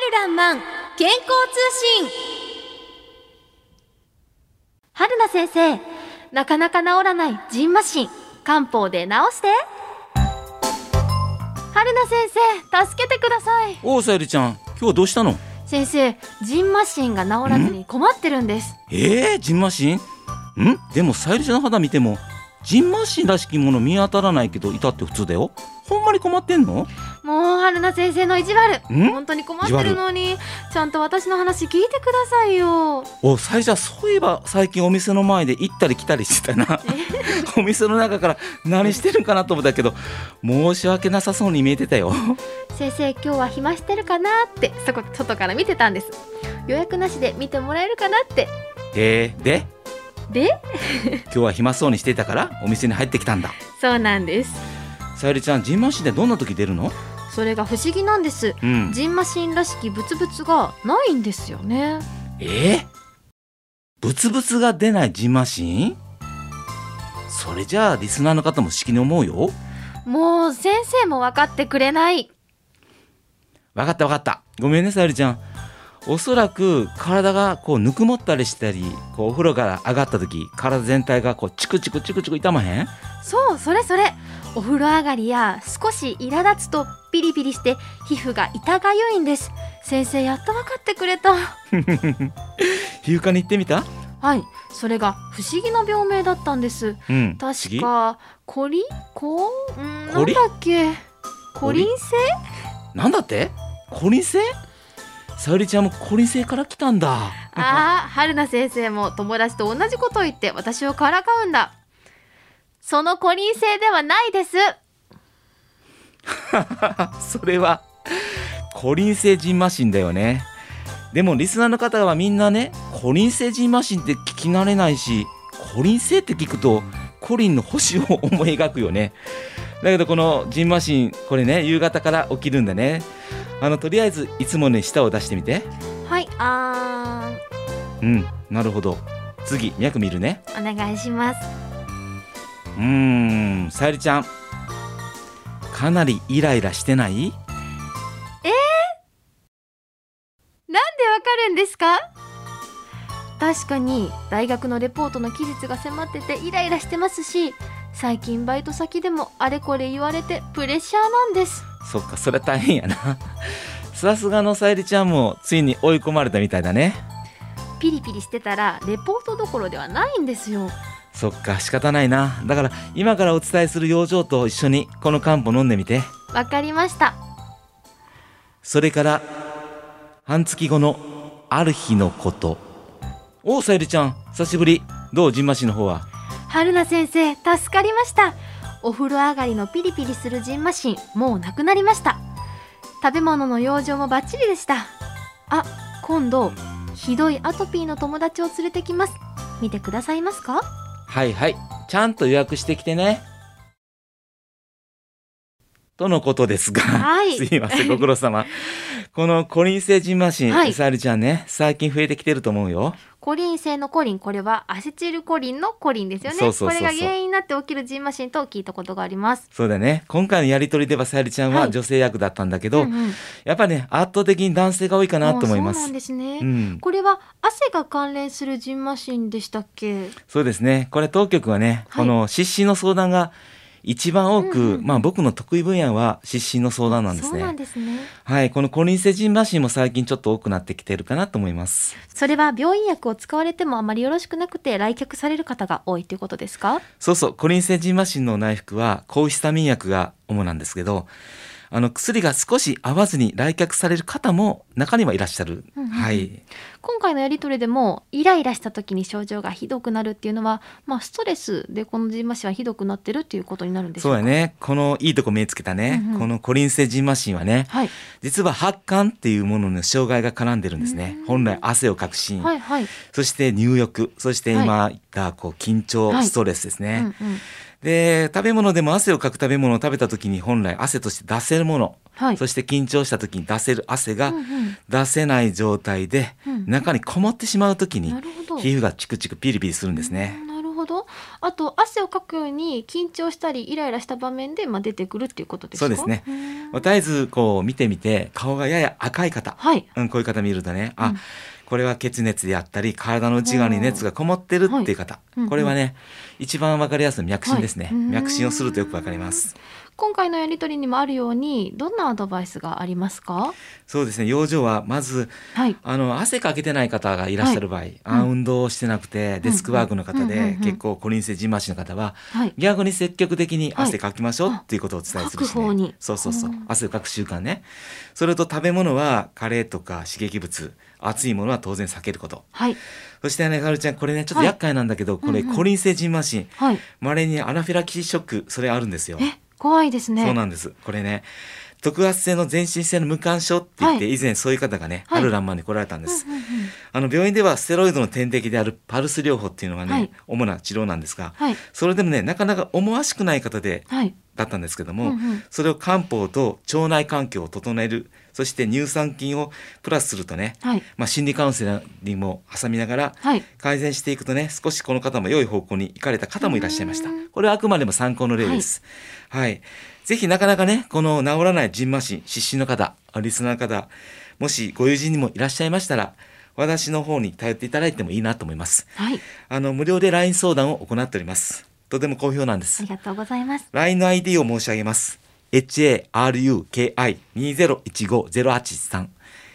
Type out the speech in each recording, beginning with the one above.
るらんまん健康通信。春菜先生、なかなか治らないじんましん、漢方で治して。春菜先生、助けてください。 おう、さゆりちゃん、今日はどうしたの？ 先生、じんましんが治らずに困ってるんです。 じんましん？でもさゆりちゃんの肌見てもじんましんらしきもの見当たらないけど、いたって普通だよ。ほんまに困ってんの？ もう春菜先生の意地悪。本当に困ってるのにちゃんと私の話聞いてくださいよ。 お、さゆりちゃん、そういえば最近お店の前で行ったり来たりしてたなお店の中から何してるんかなと思ったけど、申し訳なさそうに見えてたよ先生、今日は暇してるかなって外から見てたんです。予約なしで見てもらえるかなって。 で今日は暇そうにしてたからお店に入ってきたんだ。 そうなんです。 さゆりちゃん、じんましんでどんな時出るの？ それが不思議なんです。じんましんらしきブツブツがないんですよね。 ブツブツが出ないじんましん？それじゃあリスナーの方も不思議に思うよ。 もう先生も分かってくれない。 分かった。ごめんね、さゆりちゃん。おそらく体がぬくもったりしたり、お風呂から上がった時、体全体がチクチク痛まへん？ そう、それお風呂上がりや少し苛立つとピリピリして皮膚が痛がゆいんです。先生、やっと分かってくれた皮膚科に行ってみた？ はい、それが不思議な病名だったんです。確かなんだっけ、コリン性？ なんだって？コリン性？さゆりちゃんもコリン性から来たんだ。 春菜先生も友達と同じことを言って私をからかうんだ。そのコリン性ではないですそれはコリン性じんましんだよね。でもリスナーの方はみんなね、コリン性じんましんって聞き慣れないし、コリン性って聞くとコリンの星を思い描くよね。だけどこのじんましん、これね、夕方から起きるんだね。とりあえずいつもね、舌を出してみて。 はい、 なるほど。次、脈見るね。 お願いします。 さゆりちゃん、かなりイライラしてない？ なんでわかるんですか？確かに大学のレポートの期日が迫っててイライラしてますし、最近バイト先でもあれこれ言われてプレッシャーなんです。 そっか、それは大変やなさすがのさゆりちゃんもついに追い込まれたみたいだね。 ピリピリしてたらレポートどころではないんですよ。 そっか、仕方ないな。だから今からお伝えする養生と一緒にこの漢方飲んでみて。 わかりました。 それから半月後のある日のこと。おう、さゆりちゃん、久しぶり。どう、じんましんの方は？ 春菜先生、助かりました。お風呂上がりのピリピリするじんましん、もうなくなりました。食べ物の養生もバッチリでした。今度ひどいアトピーの友達を連れてきます。見てくださいますか？ はい、ちゃんと予約してきてね、とのことですが、すいません、ご苦労様このコリン性じんましん、さゆりちゃんね、最近増えてきてると思うよ。 コリン性のコリン、これはアセチルコリンのコリンですよね。これが原因になって起きるじんましんと聞いたことがあります。 そうだね。今回のやり取りではさゆりちゃんは女性役だったんだけど、やっぱりね、圧倒的に男性が多いかなと思います。 そうなんですね。これは汗が関連するじんましんでしたっけ？そうですね。これ当局はね、この湿疹の相談が一番多く、僕の得意分野は湿疹の相談なんですね。 そうなんですね。 はい、このコリン性じんましんも最近ちょっと多くなってきてるかなと思います。 それは病院薬を使われてもあまりよろしくなくて来客される方が多いということですか？そう、 コリン性じんましんの内服は抗ヒスタミン薬が主なんですけど、薬が少し合わずに来客される方も中にはいらっしゃる。 今回のやり取りでもイライラした時に症状がひどくなるっていうのは、ストレスでこのじんましんはひどくなってるっていうことになるんでしょうか？ そうやね。このいいとこ目つけたね。このコリン性じんましんはね、実は発汗っていうものの障害が絡んでるんですね。本来汗をかくシーン、そして入浴、そして今言った緊張、ストレスですね。で、食べ物でも汗をかく食べ物を食べた時に本来汗として出せるもの、そして緊張した時に出せる汗が出せない状態で、中にこもってしまう時に皮膚がチクチクピリピリするんですね。 なるほど。 あと汗をかくように緊張したりイライラした場面で出てくるっていうことですか？ そうですね。絶えずこう見てみて顔がやや赤い方、こういう方見るとね、これは血熱であったり体の内側に熱がこもってるっていう方、これはね一番わかりやすい脈診ですね。脈診をするとよくわかります。 今回のやり取りにもあるようにどんなアドバイスがありますか？ そうですね。養生はまず、汗かけてない方がいらっしゃる場合、運動をしてなくてデスクワークの方で結構コリン性じんましんの方は、逆に積極的に汗かきましょうっていうことをお伝えするしね。そう汗をかく習慣ね。それと食べ物はカレーとか刺激物、熱いものは当然避けること。そしてね、かおるちゃん、これねちょっと厄介なんだけど、これコリン性じんましん、稀にアナフィラキシーショック、それあるんですよ。 怖いですね。 そうなんです。これね、特発性の全身性の無感症って言って、以前そういう方がね、春らんまんに来られたんです。病院ではステロイドの点滴であるパルス療法っていうのがね、主な治療なんですが、それでもねなかなか思わしくない方で、だったんですけども、それを漢方と腸内環境を整える、そして乳酸菌をプラスするとね、心理カウンセラーにも挟みながら改善していくとね、少しこの方も良い方向に行かれた方もいらっしゃいました。これはあくまでも参考の例です。ぜひなかなかねこの治らないじんましん、湿疹の方、リスナーの方、もしご友人にもいらっしゃいましたら、私の方に頼っていただいてもいいなと思います。無料で LINE 相談を行っております。とても好評なんです。 ありがとうございます。 LINE の ID を申し上げます。 HARUKI2015-0813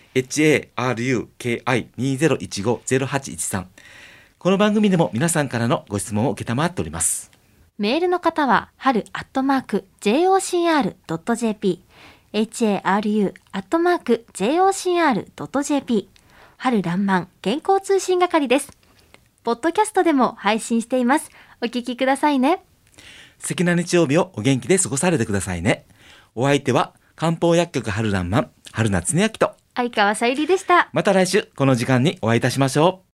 HARUKI2015-0813。 この番組でも皆さんからのご質問を承っております。 メールの方は春@jocr.jp haru@jocr.jp 春らんまん健康通信係です。ポッドキャストでも配信しています。お聞きくださいね。 素敵な日曜日をお元気で過ごされてくださいね。お相手は漢方薬局春らんまん、春名恒明と相川さゆりでした。 また来週この時間にお会いいたしましょう。